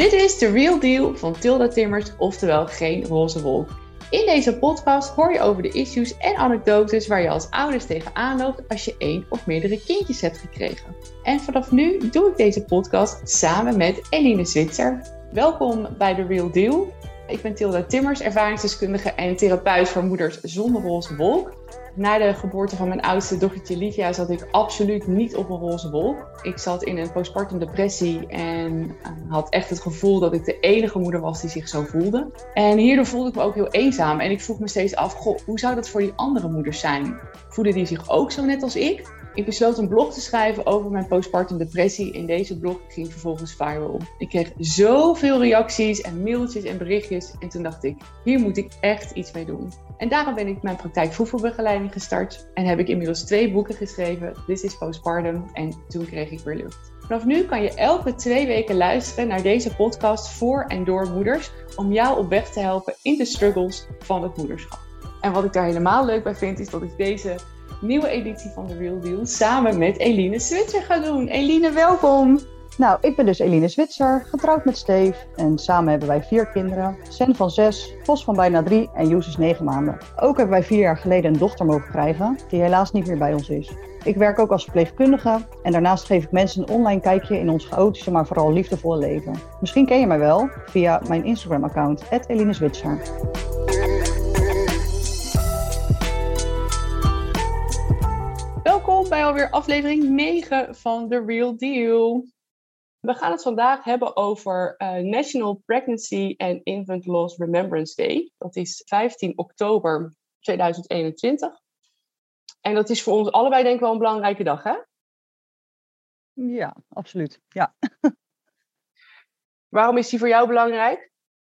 Dit is The Real Deal van Tilda Timmers, oftewel Geen Roze Wolk. In deze podcast hoor je over de issues en anekdotes waar je als ouders tegenaan loopt als je 1 of meerdere kindjes hebt gekregen. En vanaf nu doe ik deze podcast samen met Eline Zwitser. Welkom bij The Real Deal. Ik ben Tilda Timmers, ervaringsdeskundige en therapeut voor moeders zonder roze wolk. Na de geboorte van mijn oudste dochtertje Livia zat ik absoluut niet op een roze wolk. Ik zat in een postpartum depressie en had echt het gevoel dat ik de enige moeder was die zich zo voelde. En hierdoor voelde ik me ook heel eenzaam en ik vroeg me steeds af, hoe zou dat voor die andere moeders zijn? Voelden die zich ook zo net als ik? Ik besloot een blog te schrijven over mijn postpartum depressie. In deze blog ging vervolgens viral. Ik kreeg zoveel reacties en mailtjes en berichtjes. En toen dacht ik, hier moet ik echt iets mee doen. En daarom ben ik mijn praktijk voedselbegeleiding gestart. En heb ik inmiddels 2 boeken geschreven. This is Postpartum en Toen kreeg ik weer lucht. Vanaf nu kan je elke 2 weken luisteren naar deze podcast voor en door moeders. Om jou op weg te helpen in de struggles van het moederschap. En wat ik daar helemaal leuk bij vind is dat ik deze nieuwe editie van The Real Deal samen met Eline Zwitser ga doen. Eline, welkom! Nou, ik ben dus Eline Zwitser, getrouwd met Steve en samen hebben wij 4 kinderen. Sen van 6, Vos van bijna 3 en Joes is 9 maanden. Ook hebben wij 4 jaar geleden een dochter mogen krijgen, die helaas niet meer bij ons is. Ik werk ook als verpleegkundige en daarnaast geef ik mensen een online kijkje in ons chaotische, maar vooral liefdevolle leven. Misschien ken je mij wel via mijn Instagram-account, @Eline Zwitser. Welkom bij alweer aflevering 9 van The Real Deal. We gaan het vandaag hebben over National Pregnancy and Infant Loss Remembrance Day. Dat is 15 oktober 2021. En dat is voor ons allebei denk ik wel een belangrijke dag, hè? Ja, absoluut. Ja. Waarom is die voor jou belangrijk?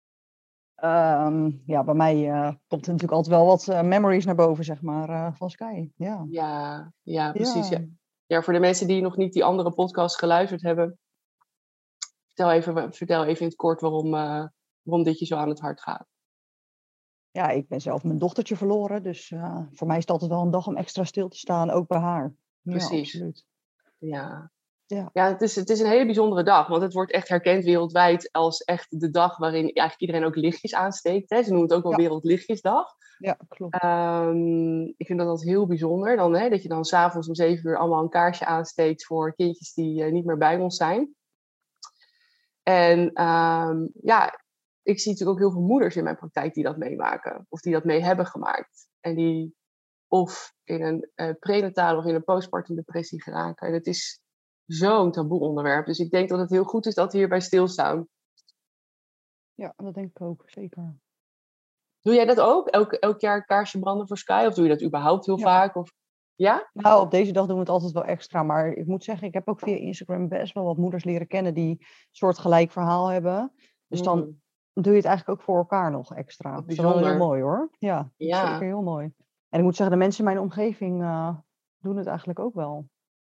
Ja, bij mij komt er natuurlijk altijd wel wat memories naar boven, zeg maar, van Sky. Ja, ja precies. Ja. Ja, voor de mensen die nog niet die andere podcast geluisterd hebben, vertel even in het kort waarom dit je zo aan het hart gaat. Ja, ik ben zelf mijn dochtertje verloren, dus voor mij is het altijd wel een dag om extra stil te staan, ook bij haar. Precies. Ja, absoluut. Ja, het is een hele bijzondere dag, want het wordt echt herkend wereldwijd als echt de dag waarin eigenlijk iedereen ook lichtjes aansteekt. Hè? Ze noemen het ook wel Wereldlichtjesdag. Ja, klopt. Ik vind dat altijd heel bijzonder, dan, hè, dat je dan 's avonds om 7 uur allemaal een kaarsje aansteekt voor kindjes die niet meer bij ons zijn. En ik zie natuurlijk ook heel veel moeders in mijn praktijk die dat meemaken, of die dat mee hebben gemaakt. En die of in een prenatale of in een postpartum depressie geraken. En het is zo'n taboe onderwerp. Dus ik denk dat het heel goed is dat we hierbij stilstaan. Ja, dat denk ik ook, zeker. Doe jij dat ook? Elk jaar een kaarsje branden voor Sky? Of doe je dat überhaupt heel vaak? Of... Ja? Nou, op deze dag doen we het altijd wel extra. Maar ik moet zeggen, ik heb ook via Instagram best wel wat moeders leren kennen die een soort gelijk verhaal hebben. Dus dan doe je het eigenlijk ook voor elkaar nog extra. Dat is wel heel mooi hoor. Ja, zeker heel mooi. En ik moet zeggen, de mensen in mijn omgeving doen het eigenlijk ook wel.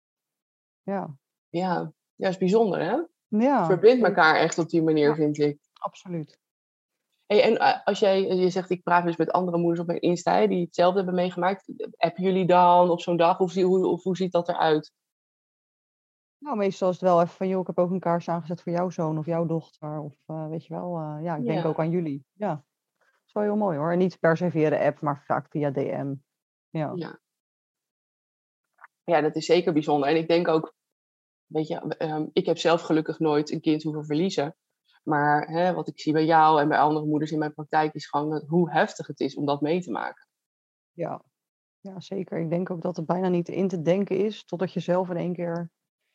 Ja, is bijzonder hè? Ja. Het verbindt elkaar echt op die manier, vind ik. Absoluut. Hey, en als je zegt, ik praat dus met andere moeders op mijn Insta die hetzelfde hebben meegemaakt. Appen jullie dan op zo'n dag? Hoe ziet dat eruit? Nou, meestal is het wel even van, joh, ik heb ook een kaars aangezet voor jouw zoon of jouw dochter. Of weet je wel, ik denk ook aan jullie. Ja, dat is wel heel mooi hoor. En niet per se via de app, maar vaak via DM. Ja, dat is zeker bijzonder. En ik denk ook, weet je, ik heb zelf gelukkig nooit een kind hoeven verliezen. Maar wat ik zie bij jou en bij andere moeders in mijn praktijk is gewoon hoe heftig het is om dat mee te maken. Ja, zeker. Ik denk ook dat het bijna niet in te denken is, totdat je zelf in één keer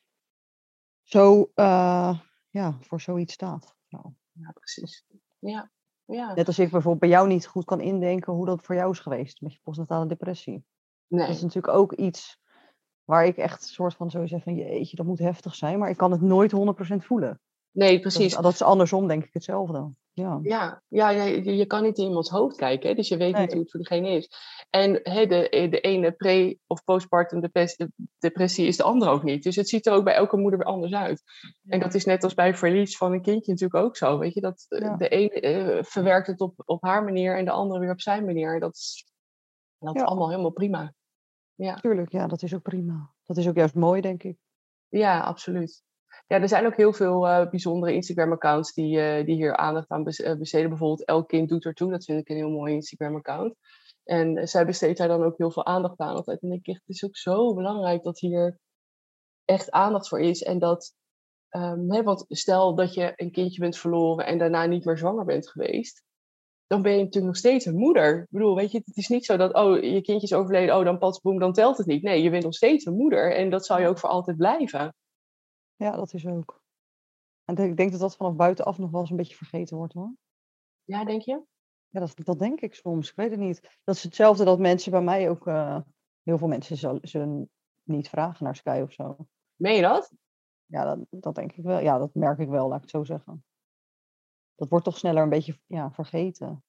zo voor zoiets staat. Nou. Ja, precies. Ja. Net als ik bijvoorbeeld bij jou niet goed kan indenken hoe dat voor jou is geweest met je postnatale depressie. Nee. Dat is natuurlijk ook iets waar ik echt een soort van zo zeg van jeetje, dat moet heftig zijn, maar ik kan het nooit 100% voelen. Nee, precies. Dat is andersom, denk ik hetzelfde. Je kan niet in iemands hoofd kijken, hè? Dus je weet niet hoe het voor diegene is. En de ene pre- of postpartum depressie is de andere ook niet. Dus het ziet er ook bij elke moeder weer anders uit. Ja. En dat is net als bij verlies van een kindje natuurlijk ook zo. Weet je, dat de ene verwerkt het op haar manier en de andere weer op zijn manier. Dat is allemaal helemaal prima. Ja. Tuurlijk, ja, dat is ook prima. Dat is ook juist mooi, denk ik. Ja, absoluut. Ja, er zijn ook heel veel bijzondere Instagram-accounts die hier aandacht aan besteden. Bijvoorbeeld Elk Kind Doet Ertoe. Dat vind ik een heel mooi Instagram-account. En zij besteedt daar dan ook heel veel aandacht aan altijd. En ik denk, het is ook zo belangrijk dat hier echt aandacht voor is. En dat, want stel dat je een kindje bent verloren en daarna niet meer zwanger bent geweest. Dan ben je natuurlijk nog steeds een moeder. Ik bedoel, weet je, het is niet zo dat, je kindje is overleden, dan pas boem, dan telt het niet. Nee, je bent nog steeds een moeder. En dat zal je ook voor altijd blijven. Ja, dat is ook. En ik denk dat dat vanaf buitenaf nog wel eens een beetje vergeten wordt, hoor. Ja, denk je? Ja, dat denk ik soms. Ik weet het niet. Dat is hetzelfde dat mensen bij mij ook... heel veel mensen zullen niet vragen naar Sky of zo. Meen je dat? Ja, dat denk ik wel. Ja, dat merk ik wel, laat ik het zo zeggen. Dat wordt toch sneller een beetje vergeten.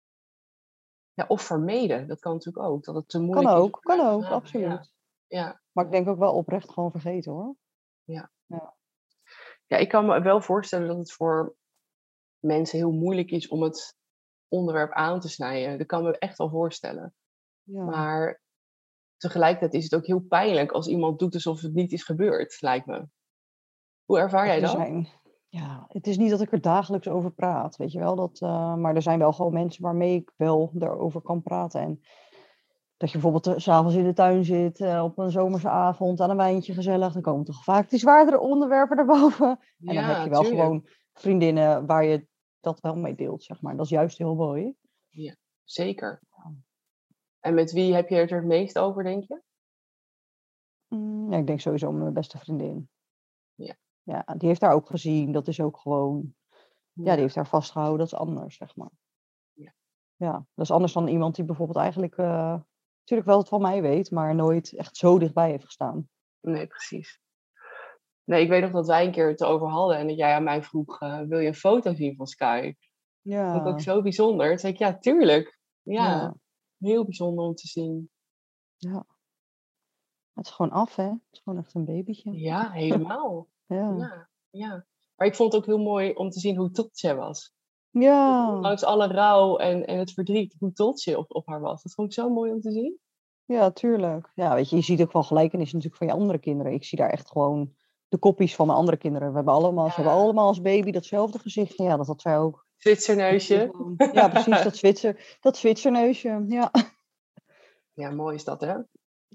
Ja, of vermeden. Dat kan natuurlijk ook. Dat het te Kan moeilijk is. ook, Ja, absoluut. Ja. Maar ik denk ook wel oprecht gewoon vergeten, hoor. Ja. Ja. Ja, ik kan me wel voorstellen dat het voor mensen heel moeilijk is om het onderwerp aan te snijden. Dat kan me echt wel voorstellen. Ja. Maar tegelijkertijd is het ook heel pijnlijk als iemand doet alsof het niet is gebeurd, lijkt me. Hoe ervaar jij dat? Ja, het is niet dat ik er dagelijks over praat, weet je wel. Maar er zijn wel gewoon mensen waarmee ik wel daarover kan praten. En dat je bijvoorbeeld 's avonds in de tuin zit, op een zomerse avond, aan een wijntje gezellig. Dan komen toch vaak die zwaardere onderwerpen erboven. En dan heb je wel gewoon vriendinnen waar je dat wel mee deelt, zeg maar. Dat is juist heel mooi. Ja, zeker. En met wie heb je het er het meest over, denk je? Ja, ik denk sowieso mijn beste vriendin. Ja. Ja, die heeft daar ook gezien. Dat is ook gewoon... Ja, die heeft daar vastgehouden. Dat is anders, zeg maar. Ja, dat is anders dan iemand die bijvoorbeeld eigenlijk... natuurlijk wel het van mij weet, maar nooit echt zo dichtbij heeft gestaan. Nee, precies. Nee, ik weet nog dat wij een keer het erover hadden en dat jij aan mij vroeg, wil je een foto zien van Sky? Ja. Dat vond ik ook zo bijzonder. Toen zei ik, ja, tuurlijk. Ja, Ja. heel bijzonder om te zien. Ja. Het is gewoon af, hè? Het is gewoon echt een babytje. Ja, helemaal. Ja. Ja. Maar ik vond het ook heel mooi om te zien hoe trots zij was. Ja. Ondanks alle rouw en het verdriet, hoe trots je op haar was. Dat vond ik zo mooi om te zien. Ja, tuurlijk. Ja, weet je ziet ook wel gelijkenis natuurlijk van je andere kinderen. Ik zie daar echt gewoon de koppies van mijn andere kinderen. Ze hebben allemaal als baby datzelfde gezicht. Ja, dat had zij ook. Zwitserneusje. Ja, precies, dat Zwitserneusje. Ja. Ja, mooi is dat, hè?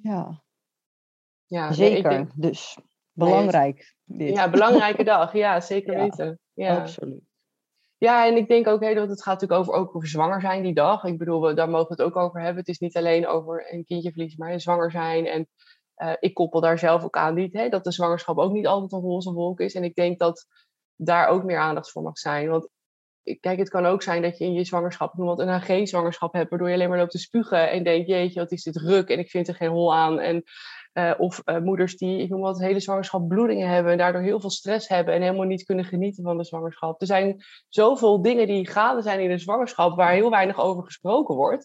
Ja, zeker. Ik denk... Dus belangrijk. Dit. Ja, belangrijke dag. Ja, zeker weten. Ja. Absoluut. Ja, en ik denk ook, dat het gaat natuurlijk ook over zwanger zijn die dag. Ik bedoel, daar mogen we het ook over hebben. Het is niet alleen over een kindje verliezen, maar zwanger zijn. En ik koppel daar zelf ook aan dat de zwangerschap ook niet altijd een roze wolk is. En ik denk dat daar ook meer aandacht voor mag zijn. Want kijk, het kan ook zijn dat je in je zwangerschap bijvoorbeeld een HG-zwangerschap hebt, waardoor je alleen maar loopt te spugen en denkt, jeetje, wat is dit ruk en ik vind er geen hol aan. En, of moeders die, ik noem wat, de hele zwangerschap bloedingen hebben en daardoor heel veel stress hebben en helemaal niet kunnen genieten van de zwangerschap. Er zijn zoveel dingen die gaande zijn in de zwangerschap waar heel weinig over gesproken wordt.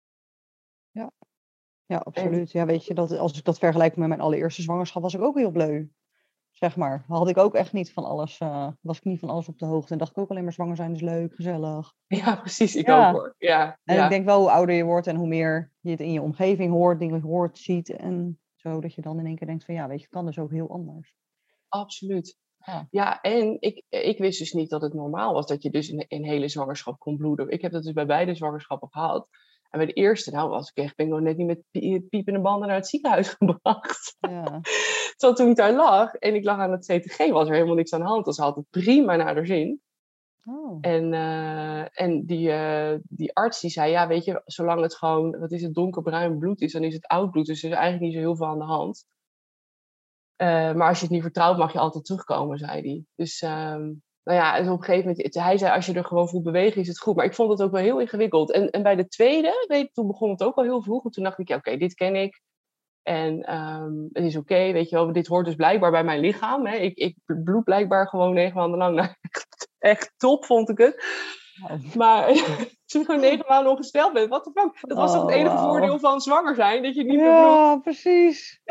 Ja, absoluut. Ja, weet je, als ik dat vergelijk met mijn allereerste zwangerschap, was ik ook heel bleu. Zeg maar. Had ik ook echt niet van alles, was ik niet van alles op de hoogte. En dacht ik ook alleen maar zwanger zijn is leuk, gezellig. Ja, precies. Ik ook hoor. Ja. En ik denk wel hoe ouder je wordt en hoe meer je het in je omgeving hoort, dingen hoort, ziet. En zo, dat je dan in één keer denkt van ja, weet je, het kan dus ook heel anders. Absoluut. Ja, en ik wist dus niet dat het normaal was dat je dus een hele zwangerschap kon bloeden. Ik heb dat dus bij beide zwangerschappen gehad. En bij de eerste, ben ik nog net niet met piepende banden naar het ziekenhuis gebracht. Ja. Terwijl toen ik daar lag en ik lag aan het CTG, was er helemaal niks aan de hand. Dat had het prima naar haar zin. Oh. En die arts die zei, ja, weet je, zolang het gewoon, wat is het, donkerbruin bloed is, dan is het oud bloed. Dus er is eigenlijk niet zo heel veel aan de hand. Maar als je het niet vertrouwt, mag je altijd terugkomen, zei hij. Dus dus op een gegeven moment, hij zei, als je er gewoon voelt bewegen, is het goed. Maar ik vond het ook wel heel ingewikkeld. En bij de tweede, toen begon het ook al heel vroeg. En toen dacht ik, ja, oké, dit ken ik. En het is oké, weet je wel, dit hoort dus blijkbaar bij mijn lichaam. Hè. Ik bloed blijkbaar gewoon 9 maanden lang. Nou, echt top, vond ik het. Wow. Maar als je gewoon 9 maanden ongesteld bent, what the fuck? Dat was toch het enige voordeel van zwanger zijn, dat je niet meer bloedt. Ja, precies.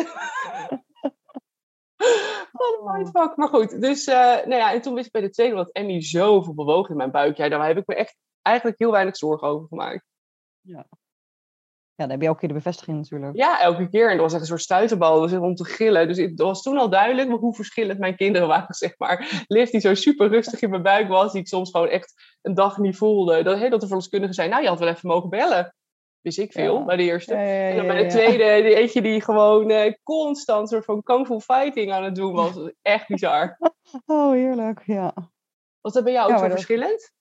Wat een mindfuck. Maar goed, dus en toen wist ik bij de tweede dat Emmy zoveel bewoog in mijn buik. Ja, daar heb ik me echt eigenlijk heel weinig zorgen over gemaakt. dan heb je elke keer de bevestiging natuurlijk. Ja, elke keer. En dat was echt een soort stuiterbal. Dat was echt om te gillen. Dus het was toen al duidelijk hoe verschillend mijn kinderen waren, zeg maar. Liv, die zo super rustig in mijn buik was, die ik soms gewoon echt een dag niet voelde. Dat de verloskundige zei, nou, je had wel even mogen bellen. Wist ik veel, bij de eerste. En dan bij de tweede, die eentje die gewoon constant soort van kung fu fighting aan het doen was. Dat was echt bizar. Oh, heerlijk, ja. Was dat bij jou ook zo verschillend?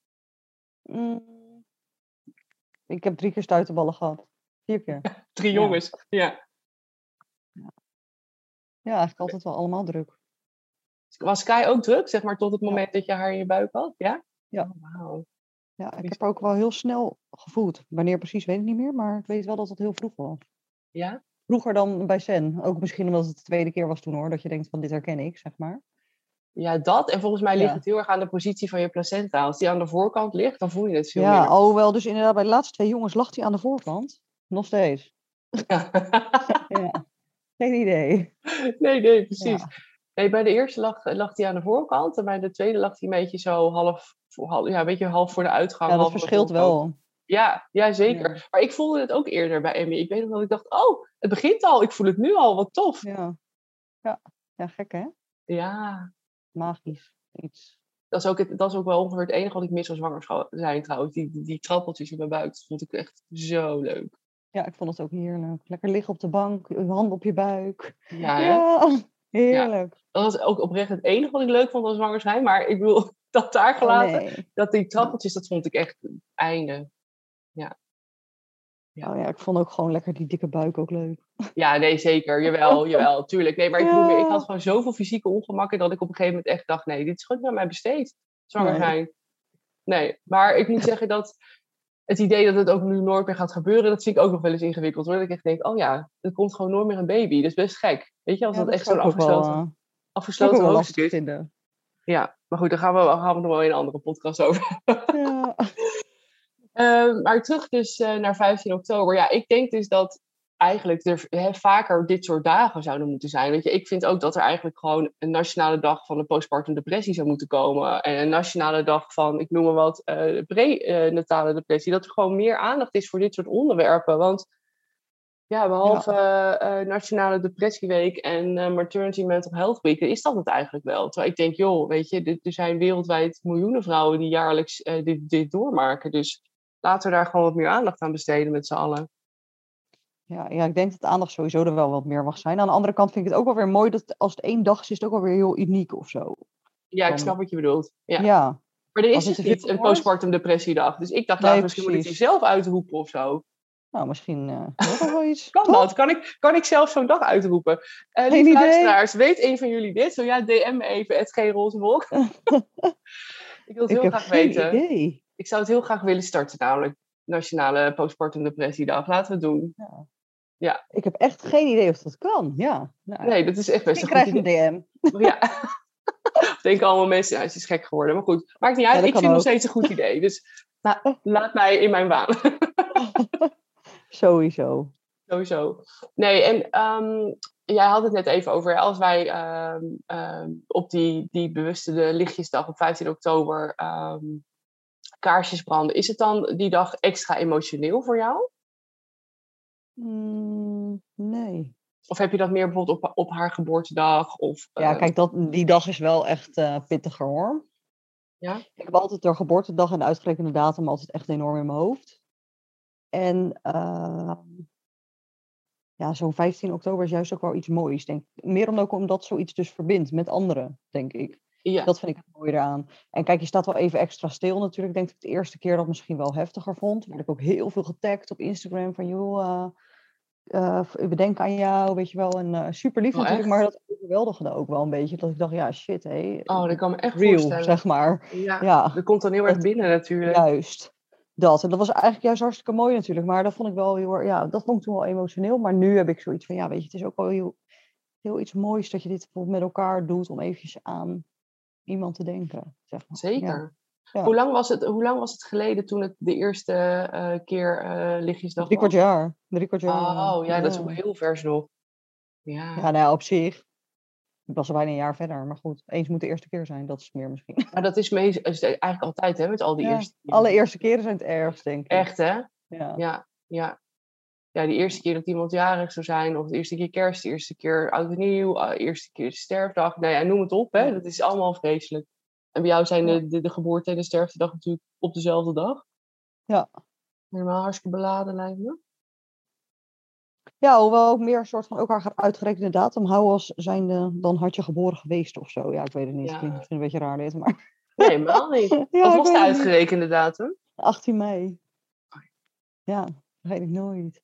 Ik heb 3 keer stuiterballen gehad. 4 keer. 3 jongens, ja. Ja, eigenlijk altijd wel allemaal druk. Was Sky ook druk, zeg maar, tot het moment dat je haar in je buik had? Ja? Ja. Oh, wow. Ja, ik heb ook wel heel snel gevoeld. Wanneer precies, weet ik niet meer. Maar ik weet wel dat het heel vroeg was. Ja? Vroeger dan bij Sen. Ook misschien omdat het de tweede keer was toen hoor. Dat je denkt van dit herken ik, zeg maar. Ja, dat. En volgens mij ligt het heel erg aan de positie van je placenta. Als die aan de voorkant ligt, dan voel je het veel meer. Ja, wel. Dus inderdaad, bij de laatste 2 jongens lag die aan de voorkant. Nog steeds. Ja. Ja. Geen idee. Nee, precies. Ja. Nee, bij de eerste lag hij aan de voorkant. En bij de tweede lag hij een beetje zo half voor de uitgang. Ja, dat verschilt wel. Ja, zeker. Ja. Maar ik voelde het ook eerder bij Emmy. Ik weet nog dat ik dacht, oh, het begint al. Ik voel het nu al, wat tof. Ja, gek hè? Ja. Magisch, iets. Dat is ook wel ongeveer het enige wat ik mis als zwanger zijn trouwens. Die trappeltjes in mijn buik, dat vond ik echt zo leuk. Ja, ik vond het ook heerlijk. Lekker liggen op de bank, je hand op je buik. Ja, heerlijk. Ja. Dat was ook oprecht het enige wat ik leuk vond als zwanger zijn. Maar ik bedoel, dat daar gelaten, dat die trappeltjes, dat vond ik echt het einde. Ja. Oh ja, ik vond ook gewoon lekker die dikke buik ook leuk. Ja, nee, zeker. Jawel, tuurlijk. Nee, maar ik had gewoon zoveel fysieke ongemakken dat ik op een gegeven moment echt dacht, nee, dit is gewoon niet aan mij besteed. Zwanger zijn. Nee, maar ik moet zeggen dat het idee dat het ook nu nooit meer gaat gebeuren, dat vind ik ook nog wel eens ingewikkeld hoor. Dat ik echt denk, oh ja, er komt gewoon nooit meer een baby. Dat is best gek. Weet je, als dat echt zo'n afgesloten hoofdstuk is. Ja, maar goed, daar gaan we nog wel in een andere podcast over. Ja. Maar terug dus naar 15 oktober. Ja, ik denk dus dat eigenlijk er vaker dit soort dagen zouden moeten zijn. Weet je, ik vind ook dat er eigenlijk gewoon een nationale dag van de postpartum depressie zou moeten komen. En een nationale dag van, ik noem maar wat, prenatale depressie. Dat er gewoon meer aandacht is voor dit soort onderwerpen. Want ja, behalve Nationale Depressieweek en Maternity Mental Health Week, is dat het eigenlijk wel. Terwijl ik denk, joh, weet je, er zijn wereldwijd miljoenen vrouwen die jaarlijks dit doormaken. Dus laten we daar gewoon wat meer aandacht aan besteden met z'n allen. Ja, ik denk dat de aandacht sowieso er wel wat meer mag zijn. Aan de andere kant vind ik het ook wel weer mooi dat als het 1 dag is het ook wel weer heel uniek of zo. Ja, ik snap wat je bedoelt. Ja. Maar er is dus niet een postpartum depressiedag. Dus ik dacht, misschien moet ik die zelf uitroepen of zo. Nou, misschien nog wel iets. Kan dat? Kan ik zelf zo'n dag uitroepen? Lieve luisteraars, weet een van jullie dit? Zo ja, DM me even, @GeeRozeWolk. Ik wil het heel graag weten. Idee. Ik zou het heel graag willen starten, namelijk Nationale Postpartum Depressiedag. Laten we het doen. Ja. Ik heb echt geen idee of dat kan. Ja. Nou, nee, dat is echt best een goed idee. Een DM. Ja. Denken allemaal mensen, ja, het is gek geworden. Maar goed, maakt niet uit. Ik vind het nog steeds een goed idee. Dus laat mij in mijn waan. Sowieso. Nee, en jij had het net even over, als wij op die bewuste lichtjesdag op 15 oktober kaarsjes branden, is het dan die dag extra emotioneel voor jou? Nee. Of heb je dat meer bijvoorbeeld op haar geboortedag? Ja, kijk, die dag is wel echt pittiger hoor. Ja? Ik heb altijd de geboortedag en de uitgerekende datum altijd echt enorm in mijn hoofd. En zo'n 15 oktober is juist ook wel iets moois. Denk ik. Meer omdat zoiets dus verbindt met anderen, denk ik. Ja. Dat vind ik het mooie eraan. En kijk, je staat wel even extra stil natuurlijk. Ik denk dat ik de eerste keer dat misschien wel heftiger vond. Toen werd ik ook heel veel getagd op Instagram van joh, we denken aan jou, weet je wel. En super lief natuurlijk, echt? Maar dat overweldigde ook wel een beetje. Dat ik dacht, ja shit, hé. Dat kan me echt real, voorstellen. Zeg maar. Ja, dat komt dan heel erg binnen natuurlijk. Juist. Dat. En dat was eigenlijk juist hartstikke mooi natuurlijk. Maar dat vond ik wel heel erg, dat vond ik toen wel emotioneel. Maar nu heb ik zoiets van, ja, weet je, het is ook wel heel iets moois dat je dit bijvoorbeeld met elkaar doet om eventjes aan iemand te denken. Zeg maar. Zeker. Ja. Hoe lang was het geleden toen het de eerste keer lichtjesdag was? 3/4 jaar. 3/4 jaar. Oh, ja, dat is ook heel vers nog. Ja, nou op zich. Ik was er bijna een jaar verder, maar goed. Eens moet de eerste keer zijn, dat is meer misschien. Maar dat is eigenlijk altijd, hè, met al die eerste keren. Alle eerste keren zijn het ergst, denk ik. Echt, hè? Ja. ja, de eerste keer dat iemand jarig zou zijn, of de eerste keer kerst, de eerste keer oud en nieuw, de eerste keer sterfdag. Nou ja, noem het op, hè. Ja. Dat is allemaal vreselijk. En bij jou zijn Ja. de geboorte en de sterftedag natuurlijk op dezelfde dag. Ja. Helemaal hartstikke beladen, lijkt me. Ja, hoewel ook meer een soort van elkaar uitgerekende datum houden als zijnde, dan had je geboren geweest of zo. Ja, ik weet het niet. Ja. Klinkt misschien een beetje raar dit, maar... Nee, helemaal niet. Ja, Wat ik was de weet het niet. uitgerekende datum? 18 mei. Ja, dat weet ik nooit.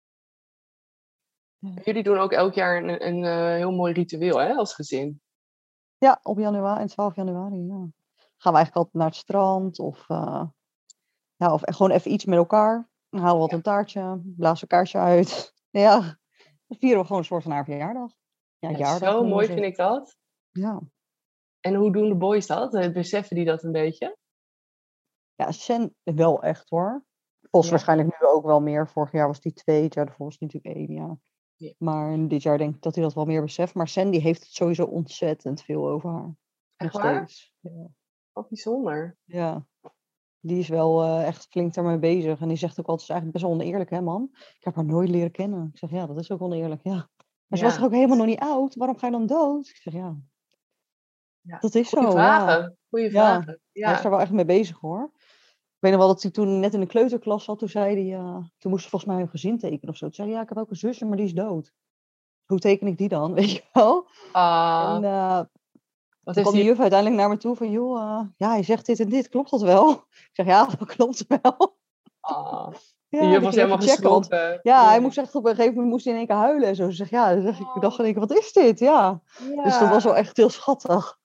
Jullie doen ook elk jaar een heel mooi ritueel, hè, als gezin. Ja, op januari, en 12 januari, ja. Gaan we eigenlijk altijd naar het strand of, ja, of gewoon even iets met elkaar. Dan halen we wat een taartje, blazen een kaarsje uit. Ja, dan vieren we gewoon een soort van haar verjaardag. Ja, Ja, jaardag zo noemen mooi ze het. vind ik dat. Ja. En hoe doen de boys dat? Beseffen die dat een beetje? Ja, Sen wel echt hoor. Vos Ja. waarschijnlijk nu ook wel meer. Vorig jaar was die 2, het jaar daarvoor was die natuurlijk 1, ja. Ja. Maar dit jaar denk ik dat hij dat wel meer beseft. Maar Sen die heeft het sowieso ontzettend veel over haar. Echt Nog waar? steeds. Ja. Wat bijzonder. Ja. Die is wel echt flink daarmee bezig. En die zegt ook altijd, het is eigenlijk best wel oneerlijk hè man. Ik heb haar nooit leren kennen. Ik zeg, ja, dat is ook oneerlijk, ja. Maar ze was Ja. toch ook helemaal nog niet oud? Waarom ga je dan dood? Ik zeg, ja, Ja. dat is Goeie zo, vragen. ja. Goeie Ja, vragen. hij is daar wel echt mee bezig hoor. Ik weet nog wel dat hij toen net in de kleuterklas zat. Toen zei hij, toen moest ze volgens mij een gezin tekenen of zo. Toen zei hij, ja, ik heb ook een zusje, maar die is dood. Hoe teken ik die dan, weet je wel? Ah, En wat toen heeft kwam die die... juf uiteindelijk naar me toe van, joh, ja, hij zegt dit en dit, klopt dat wel? Ik zeg, ja, dat klopt wel. Die Ja, juf die was ging even helemaal checken, want geschrokken. ja, hij moest echt op een gegeven moment moest hij in één keer huilen en zo. Ze zegt, ja, dan zeg ik, dacht in één keer, wat is dit? Ja. Dus dat was wel Ja. echt heel schattig.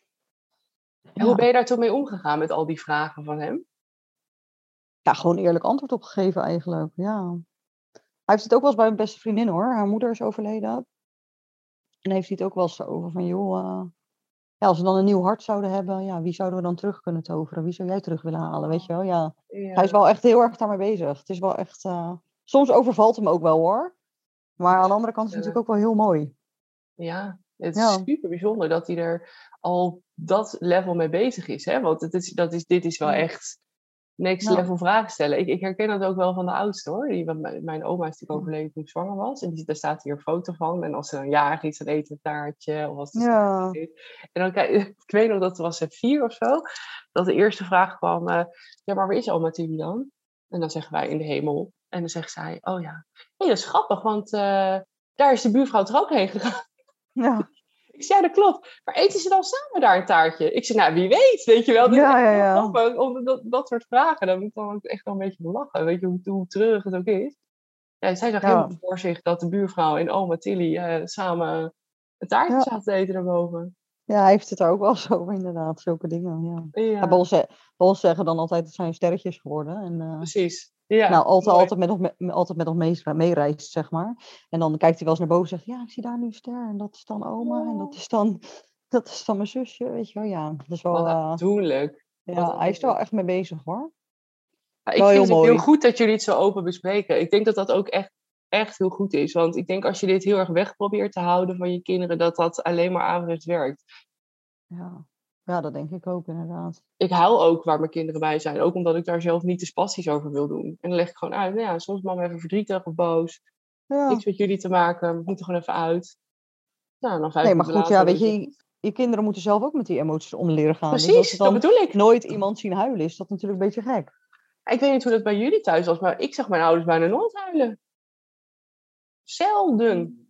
En hoe ben Ja. je daar toen mee omgegaan met al die vragen van hem? Ja, gewoon eerlijk antwoord op gegeven eigenlijk, ja. Hij heeft het ook wel eens bij mijn beste vriendin hoor. Haar moeder is overleden. En heeft hij het ook wel eens over van, joh, ja, als we dan een nieuw hart zouden hebben, ja, wie zouden we dan terug kunnen toveren? Wie zou jij terug willen halen, weet je wel? Ja. Hij is Ja. wel echt heel erg daarmee bezig. Het is wel echt, soms overvalt hem ook wel hoor. Maar aan de andere kant is het natuurlijk ook wel heel mooi. Ja, het is Ja. super bijzonder dat hij er al op dat level mee bezig is. Hè? Want dit is wel Ja. echt next Ja. level vragen stellen. Ik herken dat ook wel van de oudste hoor. Mijn oma is natuurlijk overleden toen ik zwanger was. En daar staat hier een foto van. En als ze dan jarig is, dan eet een taartje. Of als het Ja. is. En dan ik weet nog dat was ze 4 of zo. Dat de eerste vraag kwam. Ja, maar waar is oma Tilly dan? En dan zeggen wij in de hemel. En dan zegt zij, oh ja. Hé, dat is grappig, want daar is de buurvrouw er ook heen gegaan. Ja. Ik zei, ja, dat klopt. Maar eten ze dan samen daar een taartje? Ik zei, nou, wie weet, weet je wel. Dat is Ja, echt ja, heel ja. grappig. Om dat soort vragen, dan moet ik dan ook echt wel een beetje lachen. Weet je, hoe treurig het ook is. Ja, zij zag Ja. helemaal voor zich dat de buurvrouw en oma Tilly samen een taartje Ja. zaten te eten daarboven. Ja, hij heeft het er ook wel zo over, inderdaad. Zulke dingen, ja. Ja, Bij ons zeggen dan altijd, het zijn sterretjes geworden. En precies. Ja, nou, mooi. altijd met ons meereist, zeg maar. En dan kijkt hij wel eens naar boven en zegt, ja, ik zie daar nu een ster. En dat is dan oma. En dat is dan mijn zusje, weet je wel. Ja, dat is wel, Wat aandoenlijk. ja, hij is er wel echt mee bezig, hoor. Maar Wel ik heel vind het ook heel mooi. goed dat jullie het zo open bespreken. Ik denk dat dat ook echt heel goed is. Want ik denk als je dit heel erg weg probeert te houden van je kinderen, dat dat alleen maar averechts werkt. Ja. Ja, dat denk ik ook, inderdaad. Ik huil ook waar mijn kinderen bij zijn. Ook omdat ik daar zelf niet te spastisch over wil doen. En dan leg ik gewoon uit. Nou ja, soms is mama even verdrietig of boos. Ja. Niks met jullie te maken. We moeten gewoon even uit. Nou, dan 5 Nee, maar minuten goed, later... ja, weet je kinderen moeten zelf ook met die emoties om leren gaan. Dus als Precies, ze dat dan bedoel ik. nooit iemand zien huilen, is dat natuurlijk een beetje gek. Ik weet niet hoe dat bij jullie thuis was, maar ik zag mijn ouders bijna nooit huilen. Zelden.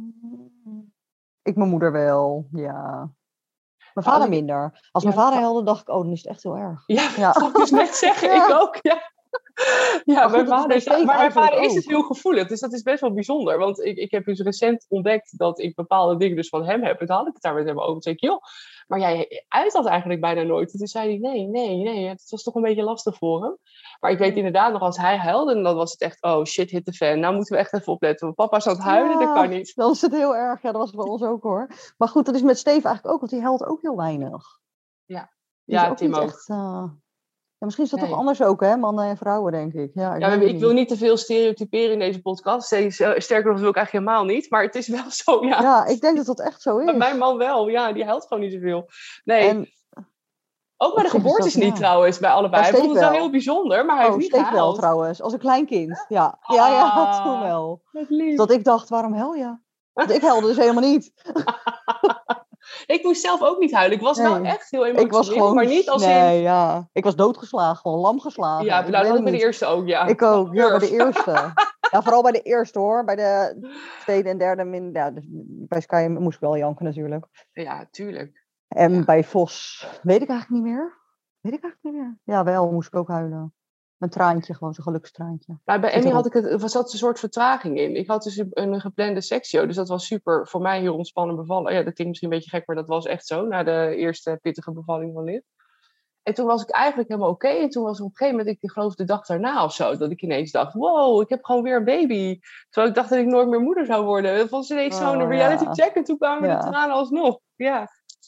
Ik mijn moeder wel, ja. Mijn Als vader ik... minder. Als Ja, mijn vader huilde, dacht ik, oh, dan is het echt heel erg. Ja, Ja. dat wou ik dus net zeggen. Ja. Ik ook, ja. Ja, Maar goed, mijn dat is vader, bij Steve maar mijn vader is eigenlijk dus heel gevoelig, dus dat is best wel bijzonder. Want ik heb dus recent ontdekt dat ik bepaalde dingen dus van hem heb. En toen had ik het daar met hem over. Toen zei ik, joh, maar jij uit dat eigenlijk bijna nooit. En toen zei hij, nee, het was toch een beetje lastig voor hem. Maar ik weet inderdaad nog, als hij huilde, en dan was het echt, oh shit, hit the fan. Nou moeten we echt even opletten. Want papa is aan het huilen, dat kan niet. Dan is het heel erg. Ja, dat was het bij ons ook hoor. Maar goed, dat is met Steve eigenlijk ook, want die huilt ook heel weinig. Ja, Die is ja ook Tim niet ook. echt... Ja, misschien is dat toch Nee. anders ook, hè? Mannen en vrouwen, denk ik. Ja, ik Ja, weet het ik wil niet. niet te veel stereotyperen in deze podcast. Sterker nog, dat wil ik eigenlijk helemaal niet. Maar het is wel zo, ja. Ja, ik denk dat dat echt zo Bij is. mijn man wel. Ja, die huilt gewoon niet zoveel. Nee. En Ook bij Op de zich is geboortes dat, niet ja. trouwens, bij allebei. Ja, Hij vond Steve het wel wel. heel bijzonder, maar hij heeft Oh, niet Steve wel gehuild. trouwens. Als een klein kind. Ja, toen Ah, wel. wat Dus lief. dat ik dacht, waarom huil je? Want ik huilde dus helemaal niet. Ik moest zelf ook niet huilen. Ik was wel Nee. echt heel Ik was emotioneel, maar gewoon, niet als in... nee, ja. Ik was doodgeslagen, gewoon lam geslagen. Ja, Ik nou, dat weet had het ik bij de niet. eerste ook, ja. Ik ook, ja, bij de Durf. eerste. Ja, vooral bij de eerste hoor. Bij de tweede en derde, ja, dus bij Sky moest ik wel janken natuurlijk. Ja, tuurlijk. En Ja. bij Vos, weet ik eigenlijk niet meer. Weet ik eigenlijk niet meer. Ja, wel, moest ik ook huilen. Een traantje, gewoon zo'n gelukstraantje. Maar bij Zit Emmy erop. zat een soort vertraging in. Ik had dus een geplande seksio, dus dat was super, voor mij heel ontspannen bevallen. Ja, dat klinkt misschien een beetje gek, maar dat was echt zo, na de eerste pittige bevalling van Liv. En toen was ik eigenlijk helemaal oké. En toen was er op een gegeven moment, ik geloof de dag daarna of zo, dat ik ineens dacht, wow, ik heb gewoon weer een baby. Terwijl ik dacht dat ik nooit meer moeder zou worden. Dat was ineens zo'n Oh reality ja. check en toen kwamen de Ja. tranen alsnog. Ja.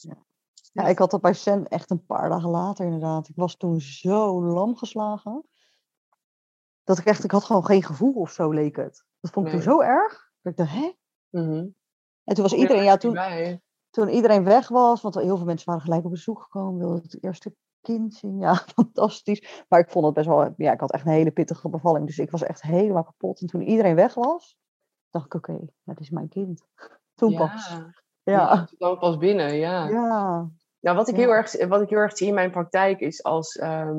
Ja, ik had dat bij Sen echt een paar dagen later inderdaad. Ik was toen zo lam geslagen. Dat ik had gewoon geen gevoel of zo leek het. Dat vond ik toen Nee. zo erg. Dat ik dacht, hè? Mhm. En toen was Kom je er iedereen, ja, echt niet bij. toen iedereen weg was, want heel veel mensen waren gelijk op bezoek gekomen, wilden het eerste kind zien. Ja, fantastisch. Maar ik vond het best wel, ja, ik had echt een hele pittige bevalling. Dus ik was echt helemaal kapot. En toen iedereen weg was, dacht ik, oké, dat is mijn kind. Toen pas. Ja, Ja. toen kwam ik pas binnen, ja. Ja. Nou, wat ik Ja. heel erg zie in mijn praktijk is als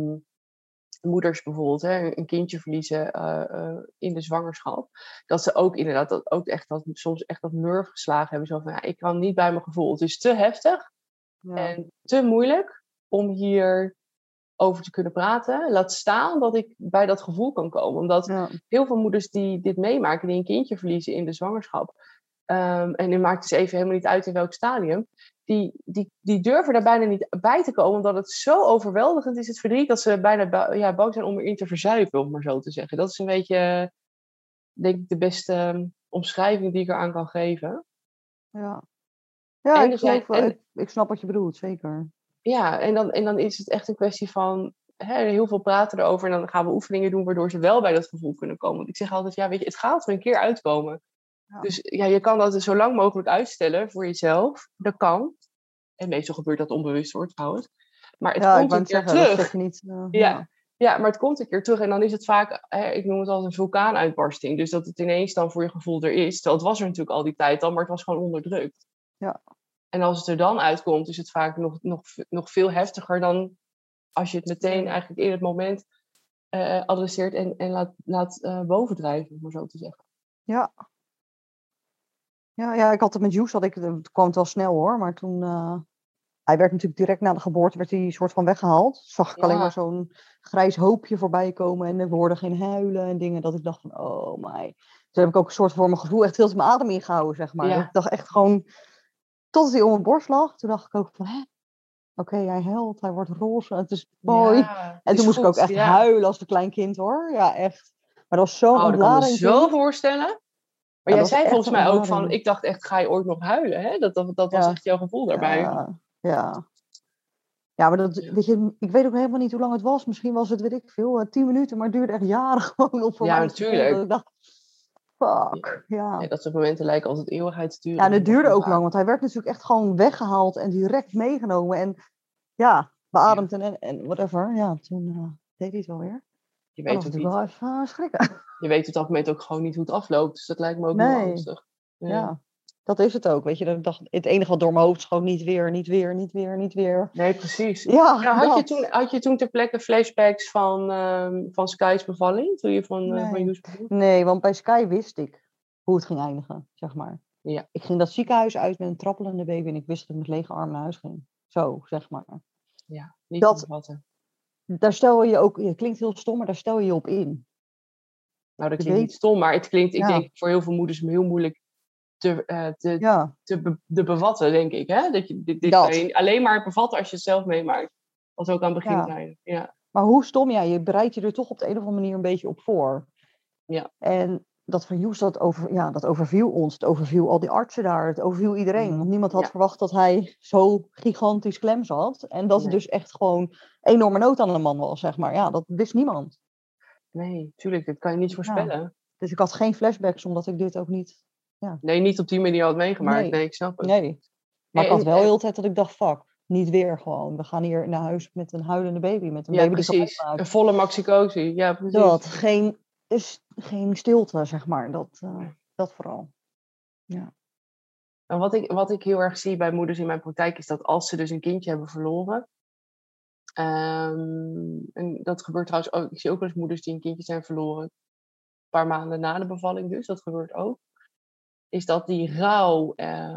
moeders bijvoorbeeld een kindje verliezen in de zwangerschap, dat ze ook inderdaad soms echt dat nerve geslagen hebben. Zo van, ja, ik kan niet bij mijn gevoel. Het is te heftig Ja. en te moeilijk om hier over te kunnen praten. Laat staan dat ik bij dat gevoel kan komen. Omdat Ja. heel veel moeders die dit meemaken, die een kindje verliezen in de zwangerschap, en nu maakt het dus even helemaal niet uit in welk stadium, die durven daar bijna niet bij te komen, omdat het zo overweldigend is, het verdriet, dat ze bijna bang zijn om erin te verzuipen, om maar zo te zeggen. Dat is een beetje, denk ik, de beste omschrijving die ik eraan kan geven. Ja. Ja, En ik er zijn, geloof wel, ik snap wat je bedoelt, zeker. ja, en dan is het echt een kwestie van heel veel praten erover en dan gaan we oefeningen doen waardoor ze wel bij dat gevoel kunnen komen. Want ik zeg altijd, ja, weet je, het gaat er een keer uitkomen. Ja. Dus ja, je kan dat dus zo lang mogelijk uitstellen voor jezelf. Dat kan. En meestal gebeurt dat onbewust hoor, trouwens. Maar het Ja, ik komt wou een het keer zeggen, dat terug. zeg je niet. Ja, maar het komt een keer terug. En dan is het vaak, ik noem het als een vulkaanuitbarsting. Dus dat het ineens dan voor je gevoel er is. Terwijl het was er natuurlijk al die tijd al, maar het was gewoon onderdrukt. Ja. En als het er dan uitkomt, is het vaak nog veel heftiger dan als je het meteen eigenlijk in het moment adresseert en laat bovendrijven, om maar zo te zeggen. Ja. Ja, ik had het met Joes, het kwam het wel snel hoor, maar toen, hij werd natuurlijk direct na de geboorte, werd hij soort van weggehaald. Zag ik alleen maar zo'n grijs hoopje voorbij komen en we hoorden geen huilen en dingen, dat ik dacht van, oh my. Toen heb ik ook een soort voor mijn gevoel echt heel mijn adem ingehouden, zeg maar. Ja. Ik dacht echt gewoon, totdat hij om mijn borst lag, toen dacht ik ook van, oké, hij huilt, hij wordt roze, het is mooi. Ja, En toen moest ik ook echt ja. huilen als een klein kind hoor, ja echt. Maar dat was zo'n dat kan ik me ontlading zo toen. voorstellen. Maar Ja, jij dat was zei echt volgens een mij ook ontlading. van, ik dacht echt, ga je ooit nog huilen? Hè? Dat was echt jouw gevoel daarbij. Ja, maar weet je, ik weet ook helemaal niet hoe lang het was. Misschien was het, weet ik veel, 10 minuten, maar het duurde echt jaren gewoon om voor mij het gevoel dat ik dacht, fuck, ja. Dat soort momenten lijken altijd eeuwigheid te duren. Ja, en het duurde ook lang, want hij werd natuurlijk echt gewoon weggehaald en direct meegenomen en ja, beademd en whatever. Ja, toen deed hij het wel weer. Je Dat weet was ook natuurlijk niet. wel even schrikken. Je weet op dat moment ook gewoon niet hoe het afloopt. Dus dat lijkt me ook heel angstig. Ja, dat is het ook. Weet je, dat ik dacht, het enige wat door mijn hoofd schoot, niet weer. Nee, precies. Ja, had je toen ter plekke flashbacks van Sky's bevalling? Toen je van Joes begon? Nee, want bij Sky wist ik hoe het ging eindigen, zeg maar. Ja. Ik ging dat ziekenhuis uit met een trappelende baby en ik wist dat ik met lege armen naar huis ging. Zo, zeg maar. Ja, niet te bevatten. Daar stel je ook, het klinkt heel stom, maar daar stel je je op in. Nou, dat klinkt niet stom, maar het klinkt, ik denk voor heel veel moeders heel moeilijk te bevatten, denk ik. Hè? Dat je dit kan je alleen maar bevatten als je het zelf meemaakt. Als ook aan het begin zijn. Ja. Maar hoe stom, je bereidt je er toch op de een of andere manier een beetje op voor. Ja. En dat van Joes, dat overviel ons. Het overviel al die artsen daar. Het overviel iedereen. Want niemand had verwacht dat hij zo gigantisch klem zat. En dat het dus echt gewoon enorme nood aan de man was, zeg maar. Ja, dat wist niemand. Nee, tuurlijk. Dat kan je niet voorspellen. Ja. Dus ik had geen flashbacks, omdat ik dit ook niet... Ja. Nee, niet op die manier had meegemaakt. Nee, ik snap het. Nee. Maar ik had wel heel de tijd dat ik dacht, fuck. niet weer gewoon. We gaan hier naar huis met een huilende baby. Met een Ja, baby die geluid precies. Een maakt. volle maxicosi. Ja, precies. Dat, geen stilte, zeg maar. Dat vooral. Ja. En wat ik heel erg zie bij moeders in mijn praktijk is dat als ze dus een kindje hebben verloren. En dat gebeurt trouwens ook. Ik zie ook wel eens moeders die een kindje zijn verloren. Een paar maanden na de bevalling dus. Dat gebeurt ook. Is dat die rouw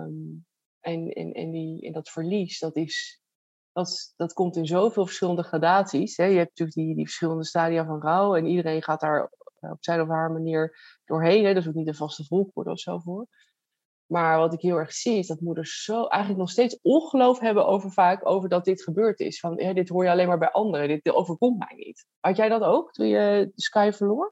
en dat verlies. Dat komt in zoveel verschillende gradaties. Hè. Je hebt natuurlijk die verschillende stadia van rouw. En iedereen gaat daar op zijn of haar manier doorheen. Hè. Er is ook niet een vaste volgorde of zo voor. Maar wat ik heel erg zie is dat moeders zo eigenlijk nog steeds ongeloof hebben vaak over dat dit gebeurd is. Van dit hoor je alleen maar bij anderen. Dit overkomt mij niet. Had jij dat ook toen je Sky verloor?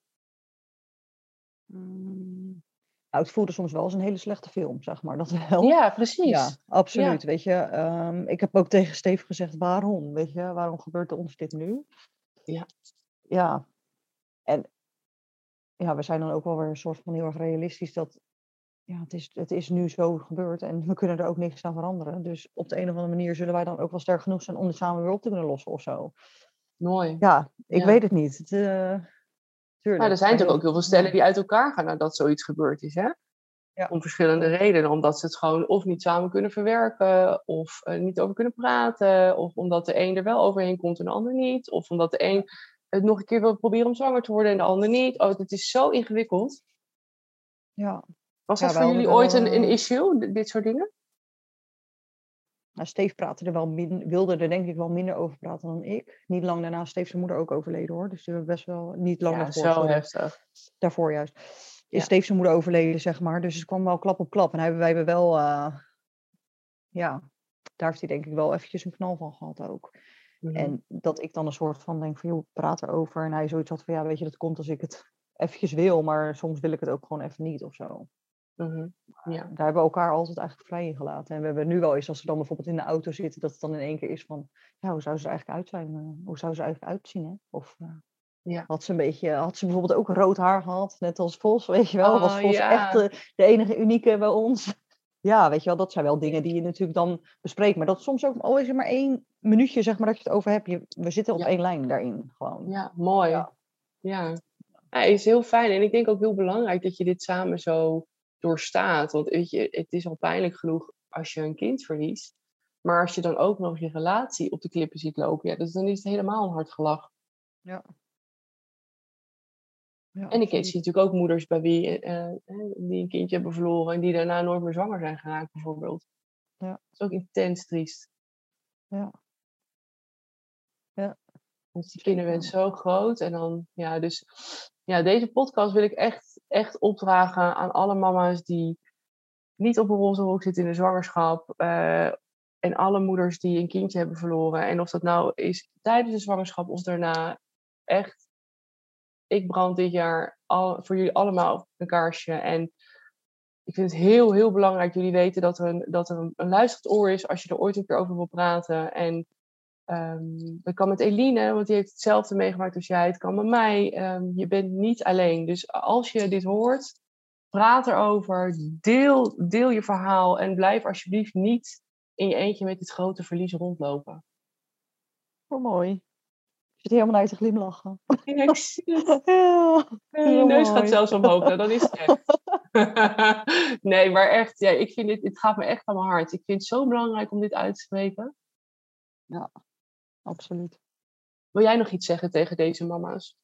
Nou, het voelde soms wel als een hele slechte film, zeg maar. Dat wel. Ja, precies. Ja, absoluut. Ja. Weet je, ik heb ook tegen Steve gezegd, waarom? Weet je, waarom gebeurt er ons dit nu? Ja. Ja. En ja, we zijn dan ook wel weer een soort van heel erg realistisch dat ja, het is nu zo gebeurd en we kunnen er ook niks aan veranderen. Dus op de een of andere manier zullen wij dan ook wel sterk genoeg zijn om het samen weer op te kunnen lossen of zo. Mooi. Ja, ik weet het niet. Nou, er zijn natuurlijk ook heel veel stellen die uit elkaar gaan nadat zoiets gebeurd is, hè? Ja. Om verschillende redenen. Omdat ze het gewoon of niet samen kunnen verwerken, of niet over kunnen praten, of omdat de een er wel overheen komt en de ander niet, of omdat de een het nog een keer wil proberen om zwanger te worden en de ander niet. Oh, het is zo ingewikkeld. Ja. Was dat voor jullie ooit een issue, dit soort dingen? Nou, Steve wilde er denk ik wel minder over praten dan ik. Niet lang daarna is Steve's moeder ook overleden hoor. Dus best wel niet lang daarvoor. Ja, zo heftig. Daarvoor juist. Is Steve's moeder overleden, zeg maar. Dus het kwam wel klap op klap. En wij hebben wel, ja, daar heeft hij denk ik wel eventjes een knal van gehad ook. Mm-hmm. En dat ik dan een soort van denk van, joh, praat erover. En hij zoiets had van, ja, weet je, dat komt als ik het eventjes wil. Maar soms wil ik het ook gewoon even niet of zo. Mm-hmm. Ja. Daar hebben we elkaar altijd eigenlijk vrij in gelaten. En we hebben nu wel eens, als ze dan bijvoorbeeld in de auto zitten, dat het dan in één keer is van, ja, hoe zou ze er eigenlijk uit zijn? Hoe zou ze er eigenlijk uitzien? Hè? Of had ze bijvoorbeeld ook rood haar gehad, net als Vos, weet je wel? Was Vos echt de enige unieke bij ons? Ja, weet je wel, dat zijn wel dingen die je natuurlijk dan bespreekt. Maar dat soms ook alweer maar 1 minuutje, zeg maar, dat je het over hebt. We zitten op 1 lijn daarin, gewoon. Ja, mooi. Ja, is heel fijn. En ik denk ook heel belangrijk dat je dit samen zo doorstaat. Want weet je, het is al pijnlijk genoeg als je een kind verliest. Maar als je dan ook nog je relatie op de klippen ziet lopen, ja, dus dan is het helemaal een hard gelach. Ja. En ik zie natuurlijk ook moeders bij wie die een kindje hebben verloren en die daarna nooit meer zwanger zijn geraakt, bijvoorbeeld. Ja. Dat is ook intens triest. Ja. Ja. Dus die kinderwens zo groot. En dan, dus deze podcast wil ik echt opdragen aan alle mama's die niet op een roze wolk zitten in de zwangerschap. En alle moeders die een kindje hebben verloren. En of dat nou is tijdens de zwangerschap of daarna. Echt, ik brand dit jaar voor jullie allemaal een kaarsje. En ik vind het heel, heel belangrijk dat jullie weten dat er een luisterend oor is als je er ooit een keer over wil praten. En dat kan met Eline, want die heeft hetzelfde meegemaakt als jij. Het kan met mij. Je bent niet alleen. Dus als je dit hoort, praat erover. Deel je verhaal. En blijf alsjeblieft niet in je eentje met dit grote verlies rondlopen. Hoe mooi. Je zit helemaal naar te glimlachen. Ja, ik zie het. Je neus gaat zelfs omhoog. Nou, dan is het echt. Nee, maar echt. Ja, ik vind het gaat me echt aan mijn hart. Ik vind het zo belangrijk om dit uit te spreken. Ja. Absoluut. Wil jij nog iets zeggen tegen deze mama's?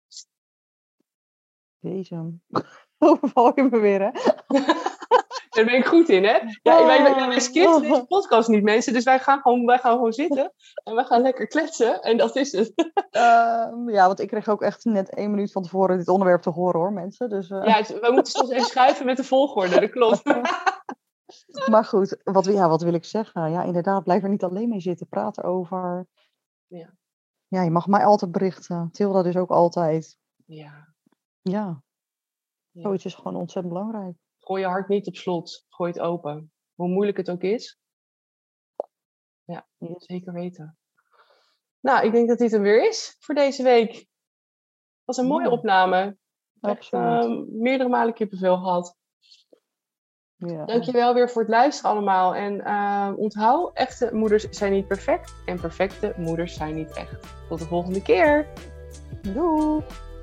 Deze. Overval je me weer, hè? Daar ben ik goed in, hè? Ja, wij skippen deze podcast niet, mensen. Dus wij gaan gewoon zitten. En we gaan lekker kletsen. En dat is het. Ja, want ik kreeg ook echt net 1 minuut van tevoren dit onderwerp te horen, hoor, mensen. Dus, Ja, we moeten soms even schuiven met de volgorde. Dat klopt. Maar goed, wat wil ik zeggen? Ja, inderdaad, blijf er niet alleen mee zitten. Praat erover. Ja, je mag mij altijd berichten. Tilda dus ook altijd. Ja. Zoiets is gewoon ontzettend belangrijk. Gooi je hart niet op slot. Gooi het open. Hoe moeilijk het ook is. Ja, zeker weten. Nou, ik denk dat dit hem weer is voor deze week. Het was een mooie opname. Absoluut. Echt, meerdere malen kippenvel gehad. Ja. Dankjewel weer voor het luisteren allemaal. En onthoud, echte moeders zijn niet perfect. En perfecte moeders zijn niet echt. Tot de volgende keer. Doei!